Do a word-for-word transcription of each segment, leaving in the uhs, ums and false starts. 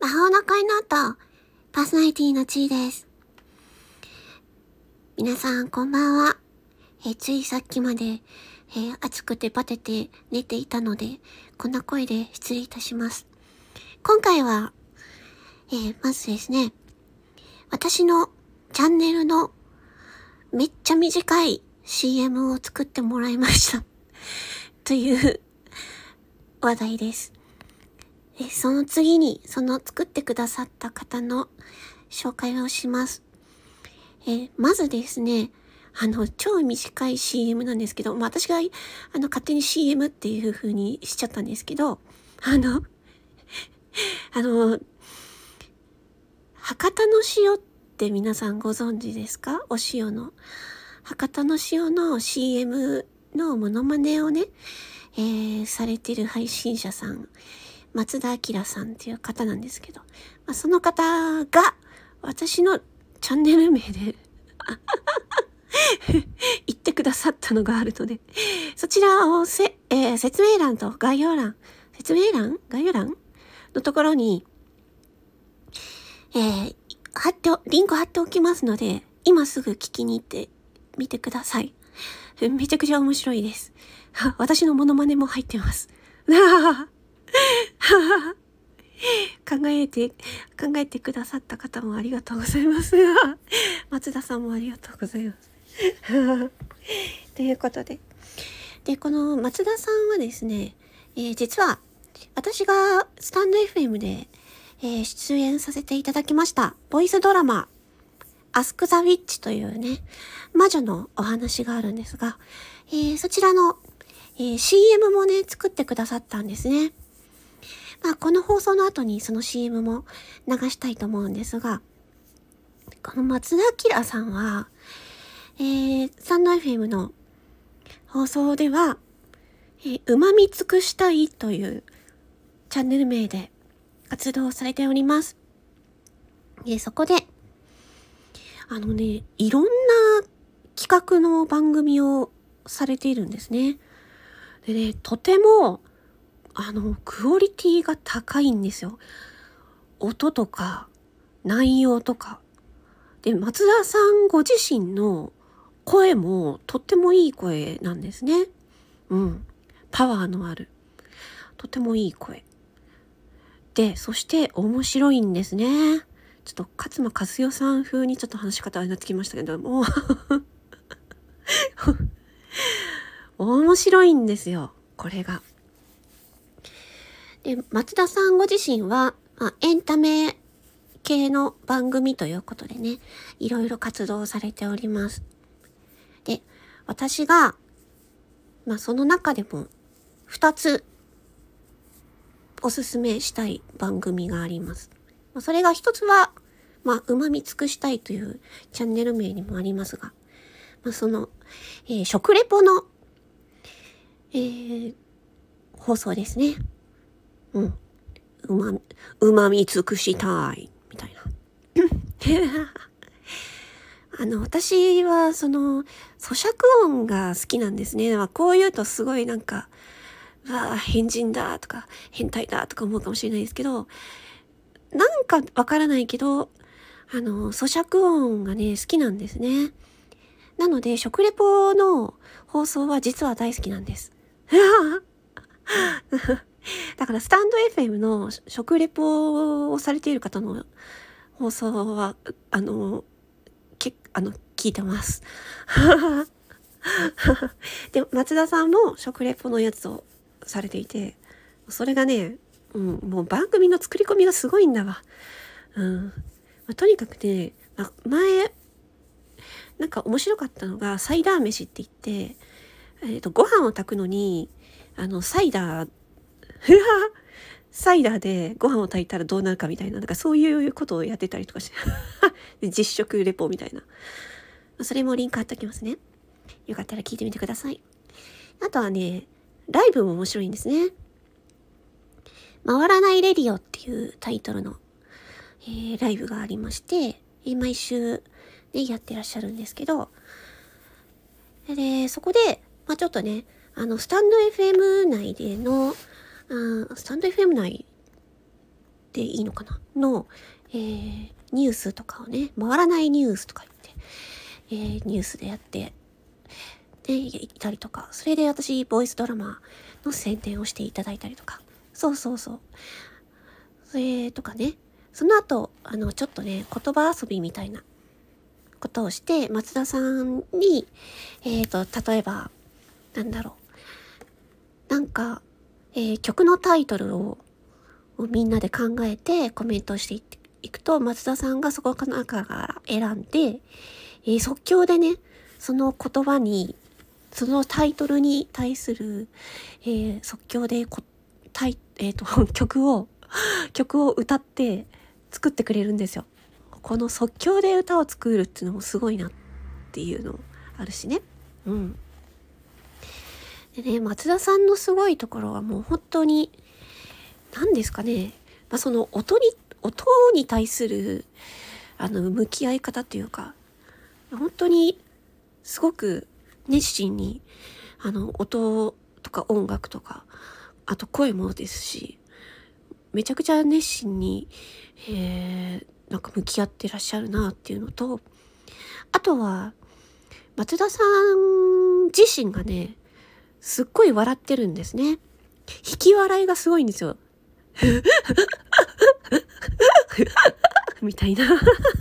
魔法の恋の後、パーソナリティのちーです。皆さんこんばんは。えー、ついさっきまで、えー、暑くてバテて寝ていたので、こんな声で失礼いたします。今回は、えー、まずですね、私のチャンネルのめっちゃ短い シーエム を作ってもらいました。という話題です。えその次に、その作ってくださった方の紹介をします。えまずですね、あの、超短い シーエム なんですけど、まあ、私が、あの、勝手に シーエム っていう風にしちゃったんですけど、あの、あの、博多の塩って皆さんご存知ですか？お塩の。博多の塩の シーエム のモノマネをね、えー、されてる配信者さん、松田明さんっていう方なんですけど、まあ、その方が私のチャンネル名で言ってくださったのがあるので、そちらをせ、えー、説明欄と概要欄、説明欄概要欄のところに、えー、貼って、リンク貼っておきますので、今すぐ聞きに行ってみてください。めちゃくちゃ面白いです。私のモノマネも入ってます。考えて、考えてくださった方もありがとうございます。松田さんもありがとうございます。ということで。で、この松田さんはですね、えー、実は私がスタンド エフエム で、えー、出演させていただきましたボイスドラマ、アスク・ザ・ウィッチというね、魔女のお話があるんですが、えー、そちらの、えー、シーエム もね、作ってくださったんですね。まあ、この放送の後にその シーエム も流したいと思うんですが、この松田明さんは、えー、スタンド エフエム の放送では、えー、旨味尽くしたいというチャンネル名で活動されております。で、そこで、あのね、いろんな企画の番組をされているんですね。でね、とても、あの、クオリティが高いんですよ。音とか、内容とか。で、松田さんご自身の声もとってもいい声なんですね。うん。パワーのある。とてもいい声。で、そして面白いんですね。ちょっと勝間和代さん風にちょっと話し方になってきましたけども。面白いんですよ。これが。で、松田さんご自身は、まあ、エンタメ系の番組ということでね、いろいろ活動されております。で、私が、まあその中でも二つおすすめしたい番組があります。まあ、それが一つは、まあ旨味尽くしたいというチャンネル名にもありますが、まあその、えー、食レポの、えー、放送ですね。うん。うまみ、うまみ尽くしたい。みたいな。あの、私は、その、咀嚼音が好きなんですね。まあ、こう言うとすごいなんか、うわぁ、変人だとか、変態だとか思うかもしれないですけど、なんかわからないけど、あの、咀嚼音がね、好きなんですね。なので、食レポの放送は実は大好きなんです。だからスタンド エフエム の食レポをされている方の放送は、あの、けあの聞いてます。で、松田さんも食レポのやつをされていて、それがね、うん、もう番組の作り込みがすごいんだわ。うん。まあ、とにかくね、まあ、前、なんか面白かったのが、サイダー飯って言って、えっと、ご飯を炊くのに、あの、サイダー、サイダーでご飯を炊いたらどうなるかみたいな、なんかそういうことをやってたりとかして、実食レポみたいな。それもリンク貼っておきますね。よかったら聞いてみてください。あとはね、ライブも面白いんですね。回らないレディオっていうタイトルの、えー、ライブがありまして、毎週、ね、やってらっしゃるんですけど、で、そこで、まあちょっとね、あの、スタンド エフエム 内での、あスタンド エフエム 内でいいのかなの、えー、ニュースとかをね、回らないニュースとか言って、えー、ニュースでやってでいたりとか、それで私ボイスドラマの宣伝をしていただいたりとか、そうそうそう、それとかね、その後あのちょっとね言葉遊びみたいなことをして松田さんにえっと例えばなんだろうなんか、えー、曲のタイトルををみんなで考えてコメントしていっていくと、松田さんがそこの中から選んで、えー、即興でね、その言葉に、そのタイトルに対する、えー、即興でこタイ、えー、と曲を、曲を歌って作ってくれるんですよ。この即興で歌を作るっていうのもすごいなっていうのもあるしね。うん。でね、松田さんのすごいところはもう本当に、何ですかね、まあ、その音に、音に対するあの向き合い方というか、本当にすごく熱心にあの音とか音楽とか、あと声もですし、めちゃくちゃ熱心に、えー、なんか向き合ってらっしゃるなっていうのと、あとは松田さん自身がね、すっごい笑ってるんですね。引き笑いがすごいんですよ。みたいな。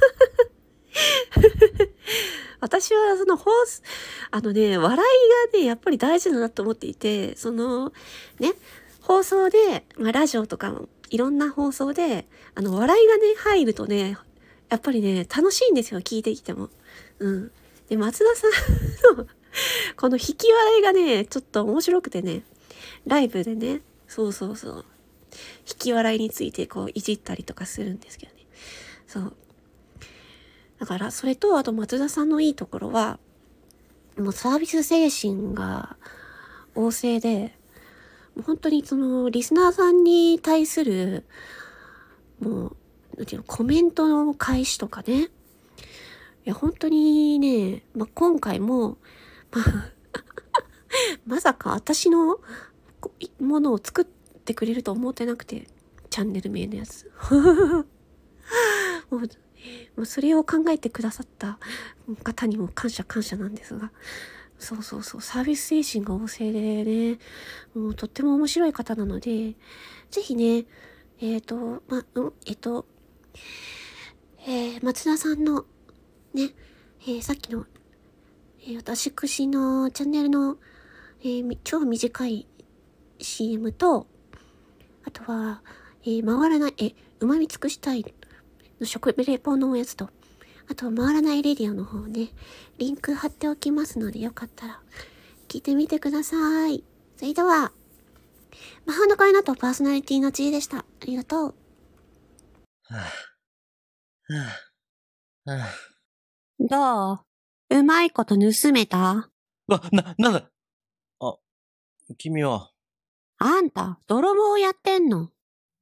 私はその放送、あのね、笑いがね、やっぱり大事だなと思っていて、そのね、放送で、まあ、ラジオとかいろんな放送で、あの笑いがね、入るとね、やっぱりね、楽しいんですよ、聞いてきても。うん。で、松田さんのこの引き笑いがね、ちょっと面白くてね、ライブでね、そうそうそう、引き笑いについてこういじったりとかするんですけどね。そう。だからそれと、あと松田さんのいいところは、もうサービス精神が旺盛で、もう本当にそのリスナーさんに対するもうなんていうの、コメントの返しとかね、いや本当にね、まあ、今回も、まあ、まさか私のものを作ってくれると思ってなくて、チャンネル名のやつもうもうそれを考えてくださった方にも感謝感謝なんですが、そうそうそう、サービス精神が旺盛でね、もうとっても面白い方なので、ぜひね、えっと、ま、うん、えっと、えー、松田さんのね、えー、さっきの、えー、私のチャンネルの、えー、超短い シーエム と、あとは、えー、回らない、え、うまみ尽くしたいの食レポのやつと、あとは回らないレディオの方ね、リンク貼っておきますので、よかったら聞いてみてください。それでは、魔法の声のとパーソナリティのちいでした。ありがとう。はぁ、はぁ、はぁ。どう？うまいこと盗めた？ わ、な、なんだ？あ、君は。 あんた、泥棒やってんの？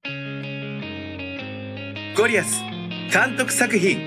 ゴリアス監督作品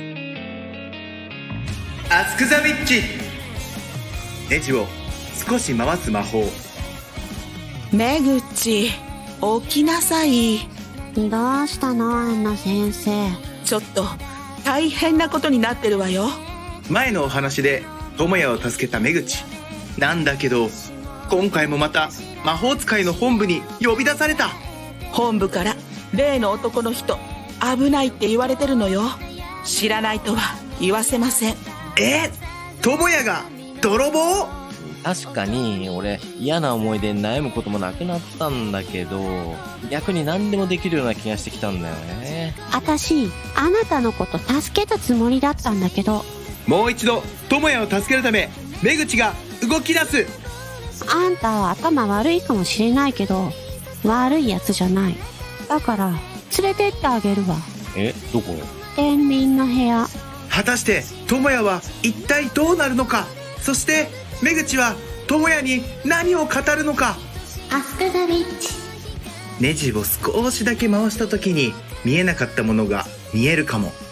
アスクザウィッチ。ネジを少し回す魔法。 めぐち、起きなさい。 どうしたの、アンナ先生。 ちょっと大変なことになってるわよ。 前のお話で智也を助けためぐちなんだけど、今回もまた魔法使いの本部に呼び出された。 本部から例の男の人危ないって言われてるのよ。知らないとは言わせません。 え、智也が泥棒？ 確かに俺嫌な思い出に悩むこともなくなったんだけど、逆に何でもできるような気がしてきたんだよね。 私あなたのこと助けたつもりだったんだけど。 もう一度智也を助けるためめぐちが動き出す。 あんたは頭悪いかもしれないけど悪いやつじゃない。だから連れてってあげるわ。 え、どこ？ 天秤の部屋。 果たして智也は一体どうなるのか。そしてめぐちは智也に何を語るのか。 アスクザウィッチ。 ネジを少しだけ回した時に見えなかったものが見えるかも。